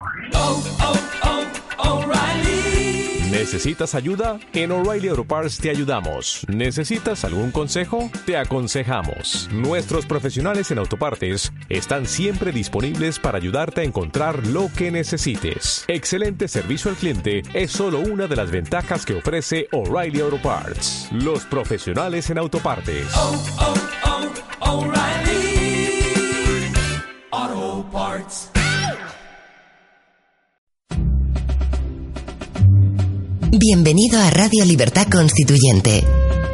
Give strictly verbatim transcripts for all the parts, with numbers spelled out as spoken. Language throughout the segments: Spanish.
Oh, oh, oh, O'Reilly. ¿Necesitas ayuda? En O'Reilly Auto Parts te ayudamos. ¿Necesitas algún consejo? Te aconsejamos. Nuestros profesionales en autopartes están siempre disponibles para ayudarte a encontrar lo que necesites. Excelente servicio al cliente es solo una de las ventajas que ofrece O'Reilly Auto Parts. Los profesionales en autopartes. Oh, oh, oh, O'Reilly Auto Parts. Bienvenido a Radio Libertad Constituyente,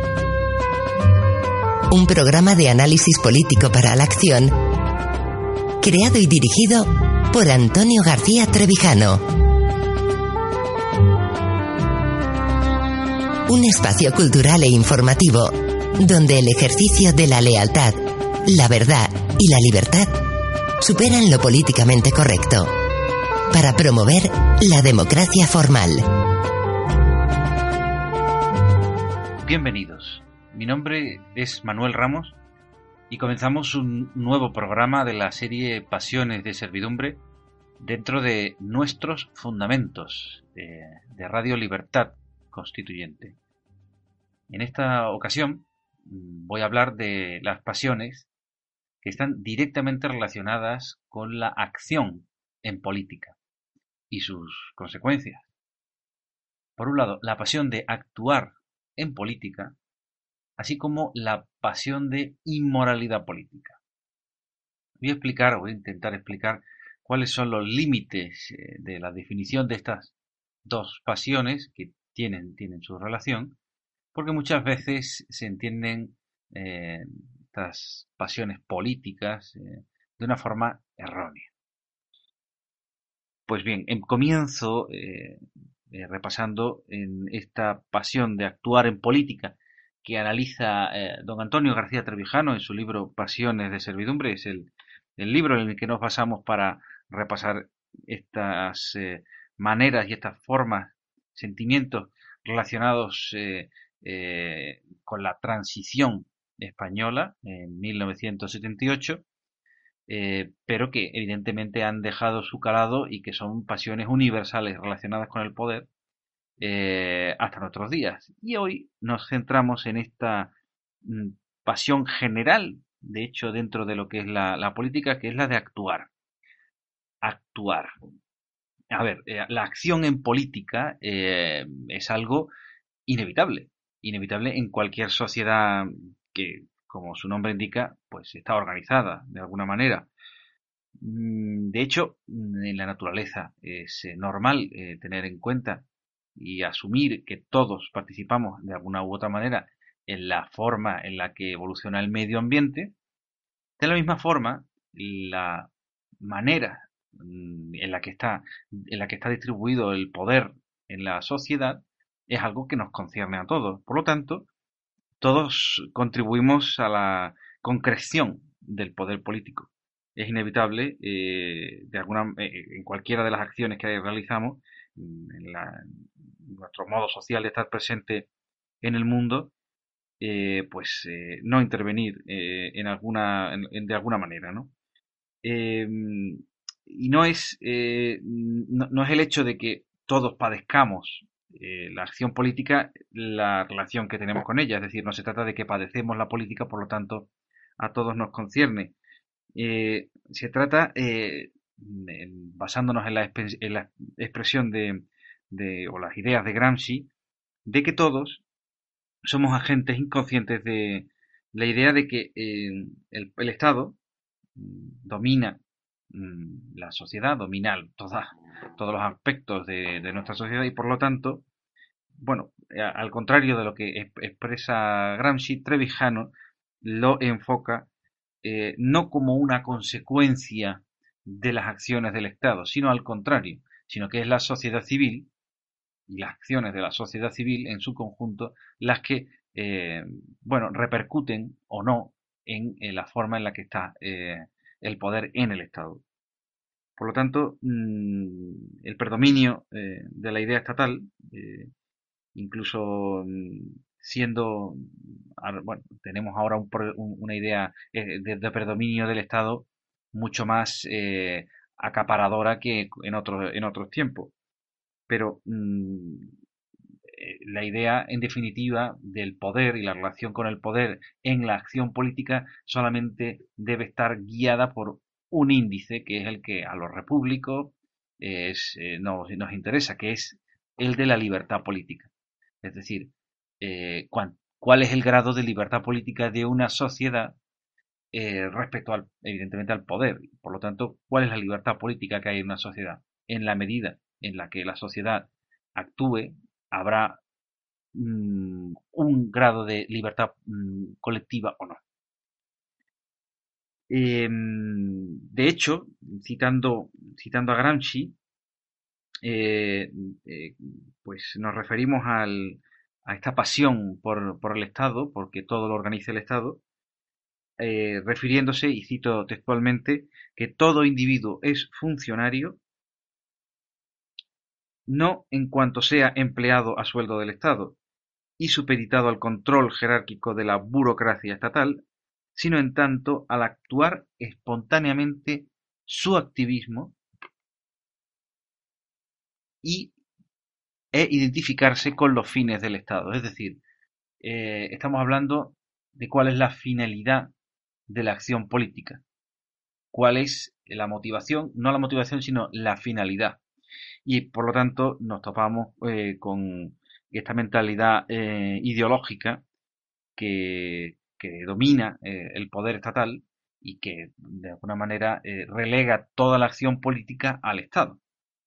un programa de análisis político para la acción, creado y dirigido por Antonio García Trevijano. Un espacio cultural e informativo, donde el ejercicio de la lealtad, la verdad y la libertad superan lo políticamente correcto, para promover la democracia formal. Bienvenidos, mi nombre es Manuel Ramos y comenzamos un nuevo programa de la serie Pasiones de Servidumbre dentro de nuestros fundamentos de, de Radio Libertad Constituyente. En esta ocasión voy a hablar de las pasiones que están directamente relacionadas con la acción en política y sus consecuencias. Por un lado, la pasión de actuar en política, así como la pasión de inmoralidad política. Voy a explicar, voy a intentar explicar cuáles son los límites de la definición de estas dos pasiones que tienen, tienen su relación, porque muchas veces se entienden eh, estas pasiones políticas eh, de una forma errónea. Pues bien, en comienzo eh, Eh, repasando en esta pasión de actuar en política que analiza eh, don Antonio García Trevijano en su libro Pasiones de Servidumbre. Es el, el libro en el que nos basamos para repasar estas eh, maneras y estas formas, sentimientos relacionados eh, eh, con la transición española en mil novecientos setenta y ocho. Eh, pero que evidentemente han dejado su calado y que son pasiones universales relacionadas con el poder eh, hasta nuestros días. Y hoy nos centramos en esta mm, pasión general, de hecho, dentro de lo que es la, la política, que es la de actuar. Actuar. A ver, eh, la acción en política eh, es algo inevitable, inevitable en cualquier sociedad que, como su nombre indica, pues está organizada de alguna manera. De hecho, en la naturaleza es eh, normal eh, tener en cuenta y asumir que todos participamos de alguna u otra manera en la forma en la que evoluciona el medio ambiente. De la misma forma, la manera mm, en la que está, en la que está distribuido el poder en la sociedad es algo que nos concierne a todos. Por lo tanto, todos contribuimos a la concreción del poder político. Es inevitable, eh, de alguna, eh, en cualquiera de las acciones que realizamos, en, la, en nuestro modo social de estar presente en el mundo, eh, pues eh, no intervenir eh, en alguna, en, en, de alguna manera, ¿no? Eh, y no es, eh, no, no es el hecho de que todos padezcamos eh, la acción política, la relación que tenemos con ella. Es decir, no se trata de que padecemos la política, por lo tanto, a todos nos concierne. Eh, se trata, eh, en, basándonos en la, en la expresión de, de, o las ideas de Gramsci, de que todos somos agentes inconscientes de la idea de que eh, el, el Estado domina mm, la sociedad, domina toda, todos los aspectos de, de nuestra sociedad y por lo tanto, bueno, a, al contrario de lo que es, expresa Gramsci, Trevijano lo enfoca eh, no como una consecuencia de las acciones del Estado, sino al contrario, sino que es la sociedad civil y las acciones de la sociedad civil en su conjunto las que, eh, bueno, repercuten o no en, en la forma en la que está eh, el poder en el Estado. Por lo tanto, mmm, el predominio eh, de la idea estatal, eh, incluso mmm, siendo, bueno, tenemos ahora un, un, una idea eh, de, de predominio del Estado mucho más eh, acaparadora que en otros, en otros tiempos. Pero mmm, la idea, en definitiva, del poder y la relación con el poder en la acción política solamente debe estar guiada por un índice, que es el que a los repúblicos es, eh, nos, nos interesa, que es el de la libertad política. Es decir, eh, cuán, cuál es el grado de libertad política de una sociedad eh, respecto, al, evidentemente, al poder. Por lo tanto, ¿cuál es la libertad política que hay en una sociedad? En la medida en la que la sociedad actúe, habrá mmm, un grado de libertad mmm, colectiva o no. Eh, de hecho, citando, citando a Gramsci, eh, eh, pues nos referimos al, a esta pasión por, por el Estado, porque todo lo organiza el Estado, eh, refiriéndose, y cito textualmente, que todo individuo es funcionario, no en cuanto sea empleado a sueldo del Estado y supeditado al control jerárquico de la burocracia estatal, sino en tanto al actuar espontáneamente su activismo y, e identificarse con los fines del Estado. Es decir, eh, estamos hablando de cuál es la finalidad de la acción política, cuál es la motivación, no la motivación, sino la finalidad. Y por lo tanto nos topamos eh, con esta mentalidad eh, ideológica que, que domina eh, el poder estatal y que de alguna manera eh, relega toda la acción política al Estado.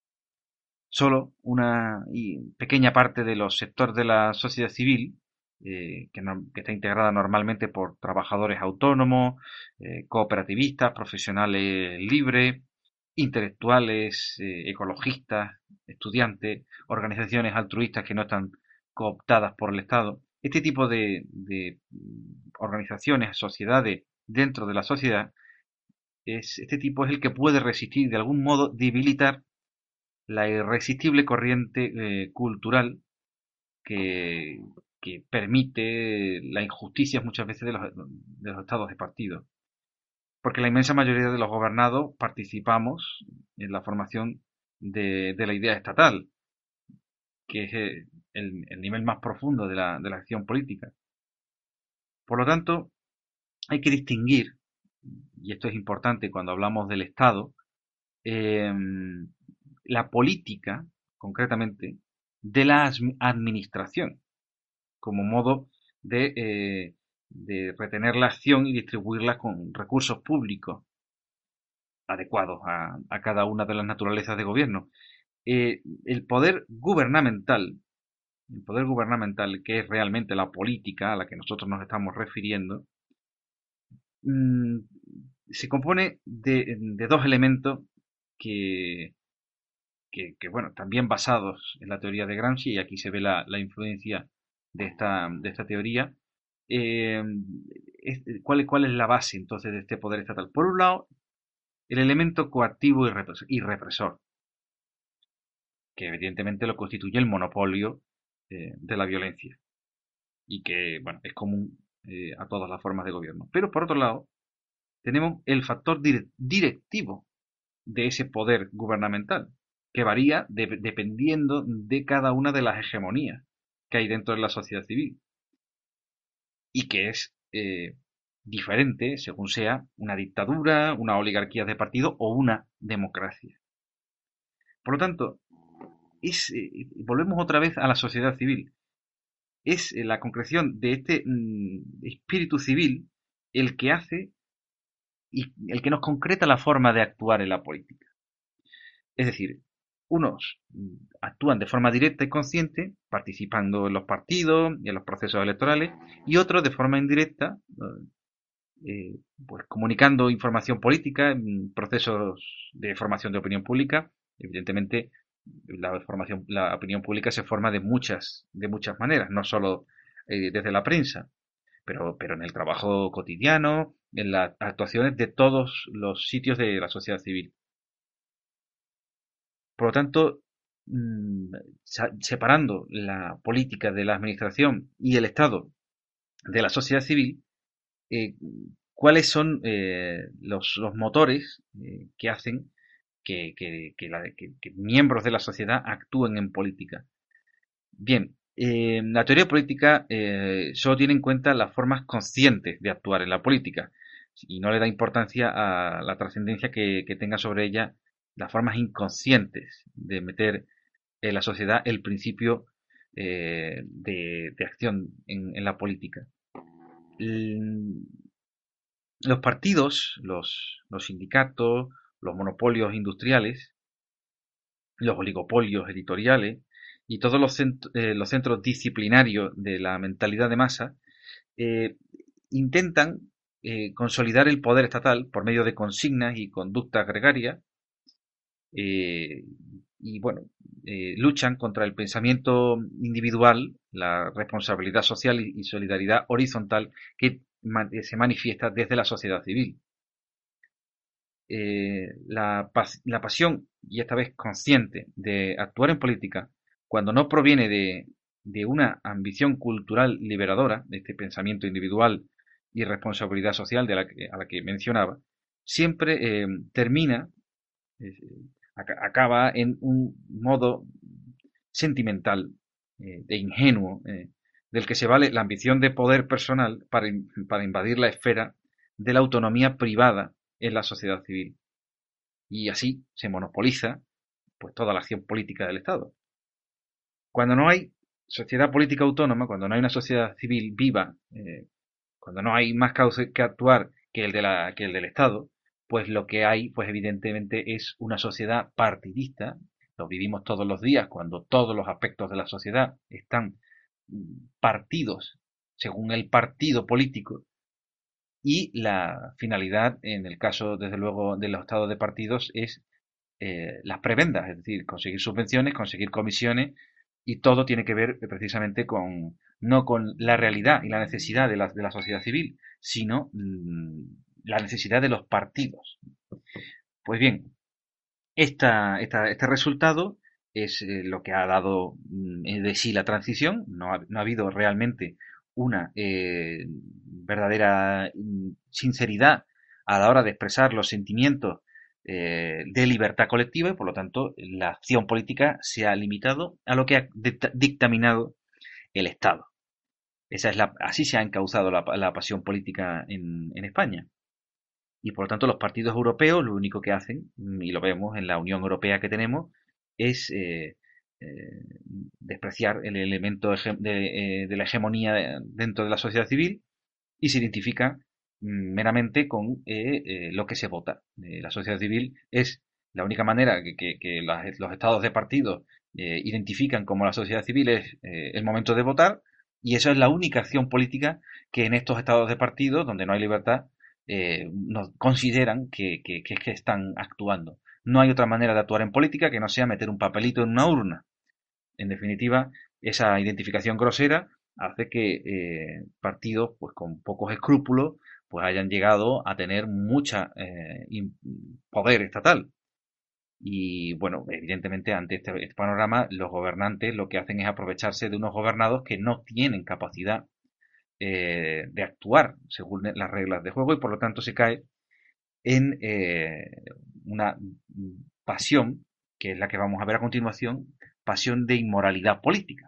Solo una pequeña parte de los sectores de la sociedad civil, eh, que, no, que, está integrada normalmente por trabajadores autónomos, eh, cooperativistas, profesionales libres, intelectuales, eh, ecologistas, estudiantes, organizaciones altruistas que no están cooptadas por el Estado. Este tipo de, de organizaciones, sociedades dentro de la sociedad, es, este tipo es el que puede resistir, de algún modo debilitar la irresistible corriente eh, cultural que, que permite la injusticia muchas veces de los, de los estados de partido. Porque la inmensa mayoría de los gobernados participamos en la formación de, de la idea estatal, que es el, el nivel más profundo de la, de la acción política. Por lo tanto, hay que distinguir, y esto es importante cuando hablamos del Estado, eh, la política, concretamente, de la administración, como modo de, eh, de retener la acción y distribuirla con recursos públicos adecuados a, a cada una de las naturalezas de gobierno. Eh, el poder gubernamental, el poder gubernamental, que es realmente la política a la que nosotros nos estamos refiriendo, mmm, se compone de, de dos elementos que, que, que, bueno, también basados en la teoría de Gramsci, y aquí se ve la, la influencia de esta, de esta teoría. Eh, es, ¿cuál, ¿Cuál es la base entonces de este poder estatal? Por un lado, el elemento coactivo y represor, que evidentemente lo constituye el monopolio eh, de la violencia y que, bueno, es común eh, a todas las formas de gobierno. Pero por otro lado, tenemos el factor directivo de ese poder gubernamental, que varía de, dependiendo de cada una de las hegemonías que hay dentro de la sociedad civil y que es eh, diferente según sea una dictadura, una oligarquía de partido o una democracia. Por lo tanto, es, eh, volvemos otra vez a la sociedad civil. Es eh, la concreción de este mm, espíritu civil el que hace y el que nos concreta la forma de actuar en la política. Es decir, unos actúan de forma directa y consciente, participando en los partidos y en los procesos electorales, y otros de forma indirecta, eh, pues comunicando información política en procesos de formación de opinión pública. Evidentemente, la formación, la opinión pública se forma de muchas, de muchas maneras, no solo eh, desde la prensa, pero, pero en el trabajo cotidiano, en las actuaciones de todos los sitios de la sociedad civil. Por lo tanto, mmm, separando la política de la administración y el Estado de la sociedad civil, eh, ¿cuáles son eh, los, los motores eh, que hacen que, que, que, la, que, que miembros de la sociedad actúen en política. Bien, eh, la teoría política eh, solo tiene en cuenta las formas conscientes de actuar en la política y no le da importancia a la trascendencia que, que tenga sobre ella las formas inconscientes de meter en la sociedad el principio eh, de, de acción en, en la política. L- Los partidos, los, los sindicatos, los monopolios industriales, los oligopolios editoriales y todos los, cent- eh, los centros disciplinarios de la mentalidad de masa eh, intentan eh, consolidar el poder estatal por medio de consignas y conductas gregarias eh, y bueno, eh, luchan contra el pensamiento individual, la responsabilidad social y, y solidaridad horizontal que ma- eh, se manifiesta desde la sociedad civil. Eh, la, pas- la pasión, y esta vez consciente, de actuar en política, cuando no proviene de, de una ambición cultural liberadora, de este pensamiento individual y responsabilidad social de la que, a la que mencionaba, siempre eh, termina, eh, aca- acaba en un modo sentimental, eh, de ingenuo, eh, del que se vale la ambición de poder personal para, in- para invadir la esfera de la autonomía privada en la sociedad civil y así se monopoliza pues toda la acción política del Estado. Cuando no hay sociedad política autónoma, cuando no hay una sociedad civil viva, eh, cuando no hay más cauce que actuar que el, de la, que el del Estado, pues lo que hay, pues evidentemente es una sociedad partidista. Lo vivimos todos los días cuando todos los aspectos de la sociedad están mm, partidos según el partido político y la finalidad, en el caso, desde luego, de los estados de partidos, es eh, las prebendas, es decir, conseguir subvenciones, conseguir comisiones, y todo tiene que ver eh, precisamente con, no con la realidad y la necesidad de la, de la sociedad civil, sino mmm, la necesidad de los partidos. Pues bien, esta, esta, este resultado es eh, lo que ha dado mm, de sí la transición. No ha, no ha habido realmente una eh, verdadera mm, sinceridad a la hora de expresar los sentimientos eh, de libertad colectiva y por lo tanto la acción política se ha limitado a lo que ha dictaminado el Estado. Esa es la, así se ha encauzado la, la pasión política en, en España. Y por lo tanto los partidos europeos lo único que hacen, y lo vemos en la Unión Europea que tenemos, es eh, eh, despreciar el elemento de, eh, de la hegemonía dentro de la sociedad civil y se identifica mm, meramente con eh, eh, lo que se vota. Eh, la sociedad civil es la única manera que, que, que las, los estados de partido eh, identifican como la sociedad civil es eh, el momento de votar y eso es la única acción política que en estos estados de partido, donde no hay libertad, eh, nos consideran que, que, que, que están actuando. No hay otra manera de actuar en política que no sea meter un papelito en una urna. En definitiva, esa identificación grosera hace que eh, partidos pues con pocos escrúpulos pues hayan llegado a tener mucha eh, poder estatal. Y bueno, evidentemente ante este, este panorama los gobernantes lo que hacen es aprovecharse de unos gobernados que no tienen capacidad eh, de actuar según las reglas de juego y por lo tanto se cae en eh, una pasión, que es la que vamos a ver a continuación, pasión de inmoralidad política.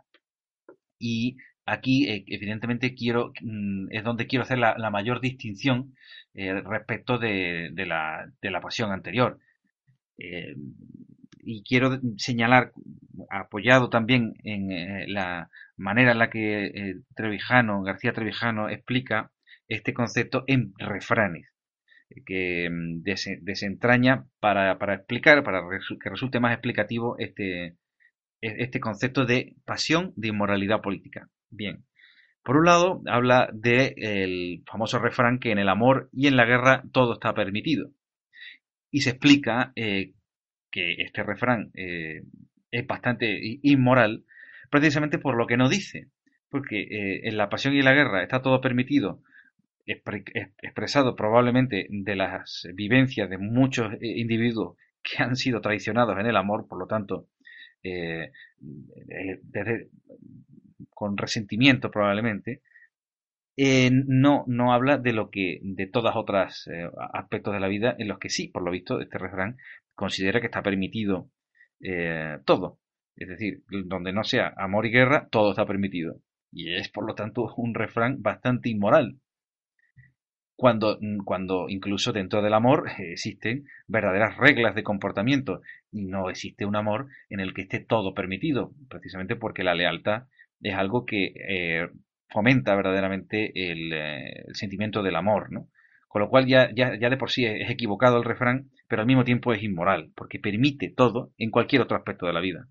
Y aquí, eh, evidentemente, quiero mm, es donde quiero hacer la, la mayor distinción eh, respecto de, de, la, de la pasión anterior. Eh, y quiero señalar, apoyado también en eh, la manera en la que eh, Trevijano, García Trevijano explica este concepto en refranes que mm, desentraña para, para explicar, para que resulte más explicativo este, este concepto de pasión de inmoralidad política. Bien, por un lado habla del famoso refrán que en el amor y en la guerra todo está permitido. Y se explica eh, que este refrán eh, es bastante inmoral precisamente por lo que no dice. Porque eh, en la pasión y en la guerra está todo permitido, expresado probablemente de las vivencias de muchos individuos que han sido traicionados en el amor, por lo tanto, eh, desde, con resentimiento probablemente, eh, no, no habla de lo que, de todas otras eh, aspectos de la vida en los que sí, por lo visto, este refrán considera que está permitido eh, todo. Es decir, donde no sea amor y guerra, todo está permitido. Y es, por lo tanto, un refrán bastante inmoral. Cuando, cuando incluso dentro del amor eh, existen verdaderas reglas de comportamiento. Y no existe un amor en el que esté todo permitido, precisamente porque la lealtad es algo que eh, fomenta verdaderamente el, eh, el sentimiento del amor, ¿no? Con lo cual ya, ya, ya de por sí es equivocado el refrán, pero al mismo tiempo es inmoral, porque permite todo en cualquier otro aspecto de la vida.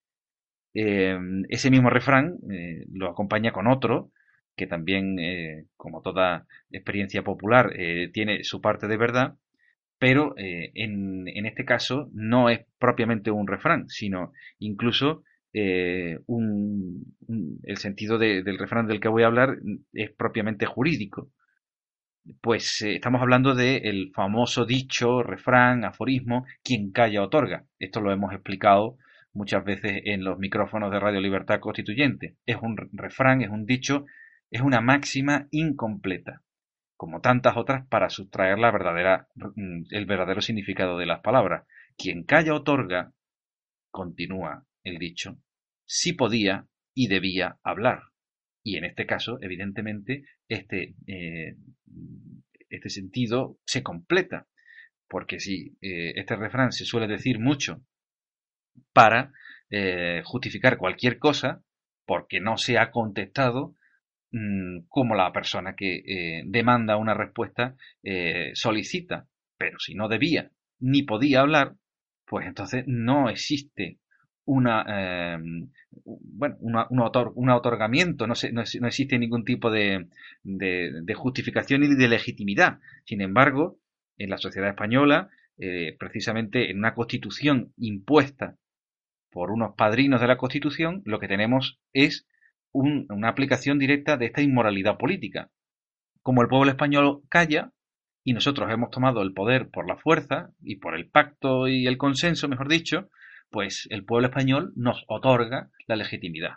Eh, ese mismo refrán eh, lo acompaña con otro, que también, eh, como toda experiencia popular, eh, tiene su parte de verdad, pero eh, en, en este caso no es propiamente un refrán, sino incluso eh, un, un- el sentido de- del refrán del que voy a hablar es propiamente jurídico. Pues eh, estamos hablando del famoso dicho, refrán, aforismo, quien calla otorga. Esto lo hemos explicado muchas veces en los micrófonos de Radio Libertad Constituyente. Es un re- refrán, es un dicho, es una máxima incompleta, como tantas otras, para sustraer la verdadera, mm, el verdadero significado de las palabras. Quien calla otorga, continúa el dicho, sí podía y debía hablar. Y en este caso, evidentemente, este, eh, este sentido se completa, porque si eh, este refrán se suele decir mucho para eh, justificar cualquier cosa, porque no se ha contestado mm, como la persona que eh, demanda una respuesta eh, solicita. Pero si no debía ni podía hablar, pues entonces no existe una eh, bueno una, una otor- un otorgamiento, no, se- no, es- no existe ningún tipo de, de- de justificación y de legitimidad. Sin embargo, en la sociedad española, eh, precisamente en una constitución impuesta por unos padrinos de la Constitución, lo que tenemos es un- una aplicación directa de esta inmoralidad política. Como el pueblo español calla y nosotros hemos tomado el poder por la fuerza y por el pacto y el consenso, mejor dicho, pues el pueblo español nos otorga la legitimidad.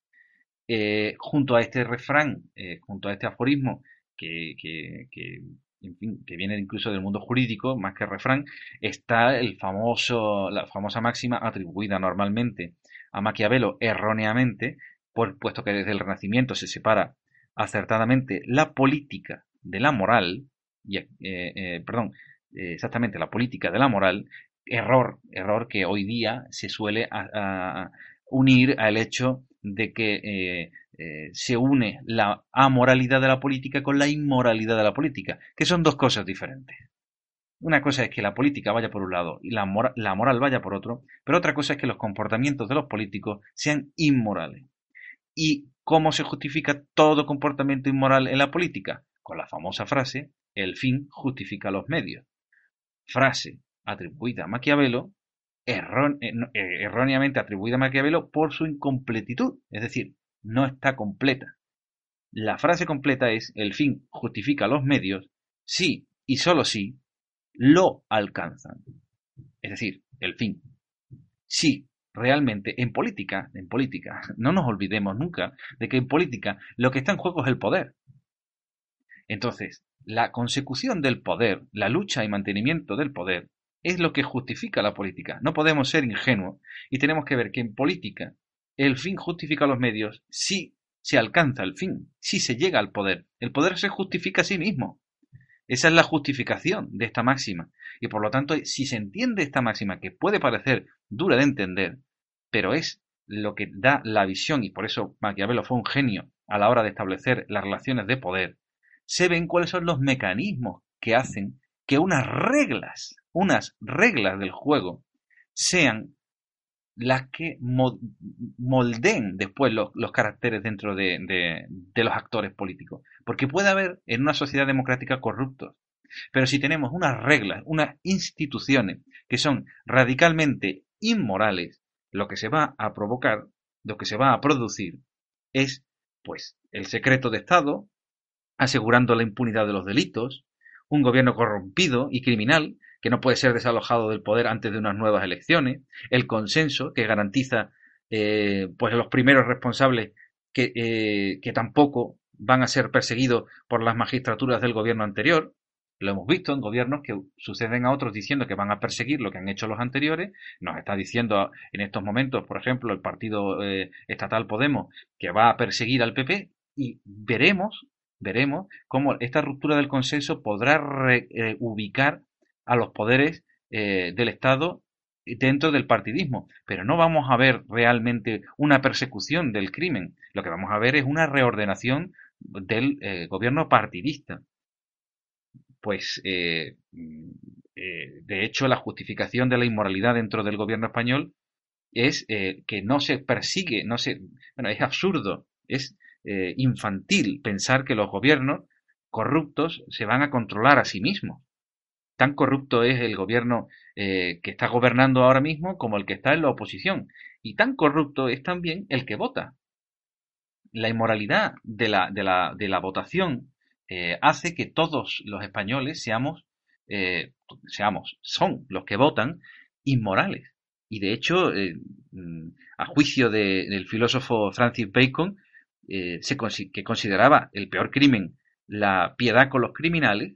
Eh, junto a este refrán, eh, junto a este aforismo que, que, que, en fin, que viene incluso del mundo jurídico, más que refrán, está el famoso, la famosa máxima atribuida normalmente a Maquiavelo erróneamente, por, puesto que desde el Renacimiento se separa acertadamente la política de la moral, y, eh, eh, perdón, eh, exactamente la política de la moral, error, error que hoy día se suele a, a, unir al hecho de que eh, eh, se une la amoralidad de la política con la inmoralidad de la política, que son dos cosas diferentes. Una cosa es que la política vaya por un lado y la, mora- la moral vaya por otro, pero otra cosa es que los comportamientos de los políticos sean inmorales. ¿Y cómo se justifica todo comportamiento inmoral en la política? Con la famosa frase, el fin justifica los medios. Frase atribuida a Maquiavelo, errón- eh, no- eh, erróneamente atribuida a Maquiavelo por su incompletitud, es decir, no está completa. La frase completa es: el fin justifica los medios si y sólo si lo alcanzan. Es decir, el fin. Si realmente en política, en política, no nos olvidemos nunca de que en política lo que está en juego es el poder. Entonces, la consecución del poder, la lucha y mantenimiento del poder, es lo que justifica la política. No podemos ser ingenuos y tenemos que ver que en política el fin justifica los medios si se alcanza el fin, si se llega al poder. El poder se justifica a sí mismo. Esa es la justificación de esta máxima. Y por lo tanto, si se entiende esta máxima, que puede parecer dura de entender, pero es lo que da la visión, y por eso Maquiavelo fue un genio a la hora de establecer las relaciones de poder, se ven cuáles son los mecanismos que hacen que unas reglas, unas reglas del juego, sean las que moldeen después los, los caracteres dentro de, de, de los actores políticos. Porque puede haber en una sociedad democrática corruptos, pero si tenemos unas reglas, unas instituciones que son radicalmente inmorales, lo que se va a provocar, lo que se va a producir es, pues, el secreto de Estado, asegurando la impunidad de los delitos, un gobierno corrompido y criminal que no puede ser desalojado del poder antes de unas nuevas elecciones, el consenso que garantiza eh, pues los primeros responsables que, eh, que tampoco van a ser perseguidos por las magistraturas del gobierno anterior, Lo hemos visto en gobiernos que suceden a otros diciendo que van a perseguir lo que han hecho los anteriores. Nos está diciendo en estos momentos, por ejemplo, el partido eh, estatal Podemos, que va a perseguir al P P, y veremos, veremos cómo esta ruptura del consenso podrá reubicar eh, a los poderes eh, del Estado dentro del partidismo. Pero no vamos a ver realmente una persecución del crimen. Lo que vamos a ver es una reordenación del eh, gobierno partidista. Pues, eh, eh, de hecho, la justificación de la inmoralidad dentro del gobierno español es eh, que no se persigue, no se, bueno, es absurdo, es eh, infantil pensar que los gobiernos corruptos se van a controlar a sí mismos. Tan corrupto es el gobierno eh, que está gobernando ahora mismo como el que está en la oposición. Y tan corrupto es también el que vota. La inmoralidad de la, de la, de la votación Eh, hace que todos los españoles seamos, eh, seamos, son los que votan inmorales. Y de hecho, eh, a juicio de, del filósofo Francis Bacon, eh, se, que consideraba el peor crimen la piedad con los criminales,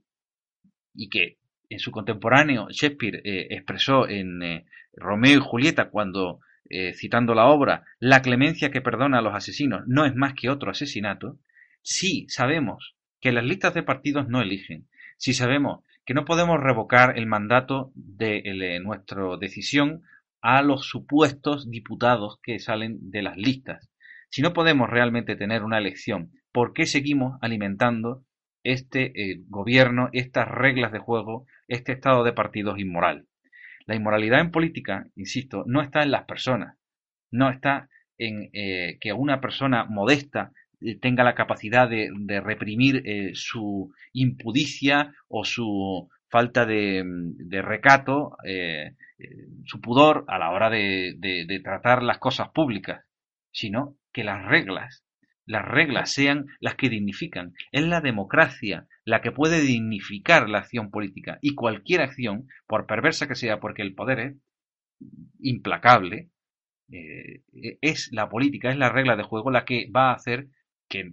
y que en su contemporáneo Shakespeare eh, expresó en eh, Romeo y Julieta, cuando, eh, citando la obra, la clemencia que perdona a los asesinos no es más que otro asesinato. Sí sabemos que las listas de partidos no eligen, si sabemos que no podemos revocar el mandato de, de nuestra decisión a los supuestos diputados que salen de las listas, si no podemos realmente tener una elección, ¿por qué seguimos alimentando este eh, gobierno, estas reglas de juego, este estado de partidos inmoral? La inmoralidad en política, insisto, no está en las personas, no está en eh, que una persona modesta tenga la capacidad de, de reprimir eh, su impudicia o su falta de, de recato, eh, eh, su pudor a la hora de, de, de tratar las cosas públicas, sino que las reglas, las reglas sean las que dignifican. Es la democracia la que puede dignificar la acción política, y cualquier acción, por perversa que sea, porque el poder es implacable, eh, es la política, es la regla de juego la que va a hacer que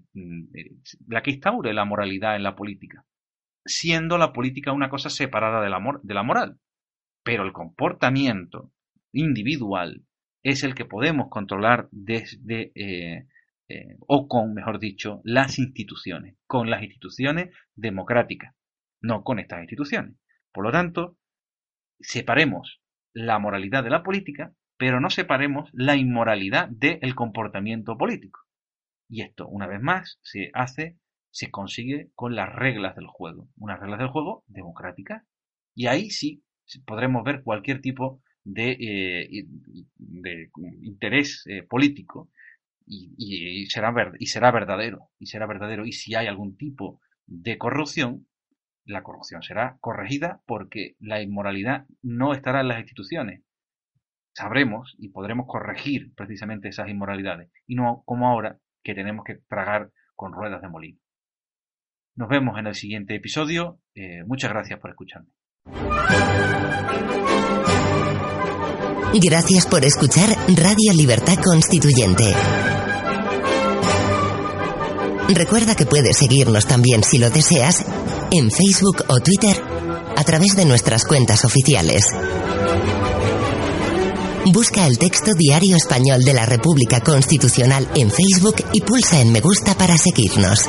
la que instaure la moralidad en la política, siendo la política una cosa separada de la, mor de la moral. Pero el comportamiento individual es el que podemos controlar desde, eh, eh, o con, mejor dicho, las instituciones, con las instituciones democráticas, no con estas instituciones. Por lo tanto, separemos la moralidad de la política, pero no separemos la inmoralidad del comportamiento político. Y esto, una vez más, se hace, se consigue con las reglas del juego. Unas reglas del juego democráticas. Y ahí sí podremos ver cualquier tipo de, eh, de interés eh, político. Y, y, y, será ver, y será verdadero. Y será verdadero. Y si hay algún tipo de corrupción, la corrupción será corregida, porque la inmoralidad no estará en las instituciones. Sabremos y podremos corregir precisamente esas inmoralidades. Y no como ahora, que tenemos que tragar con ruedas de molino. Nos vemos en el siguiente episodio. Eh, muchas gracias por escucharme. Gracias por escuchar Radio Libertad Constituyente. Recuerda que puedes seguirnos también, si lo deseas, en Facebook o Twitter a través de nuestras cuentas oficiales. Busca el texto Diario Español de la República Constitucional en Facebook y pulsa en me gusta para seguirnos.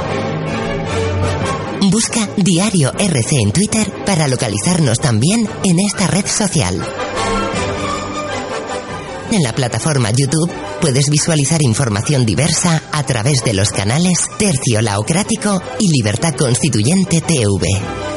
Busca Diario R C en Twitter para localizarnos también en esta red social. En la plataforma YouTube puedes visualizar información diversa a través de los canales Tercio Laocrático y Libertad Constituyente T V.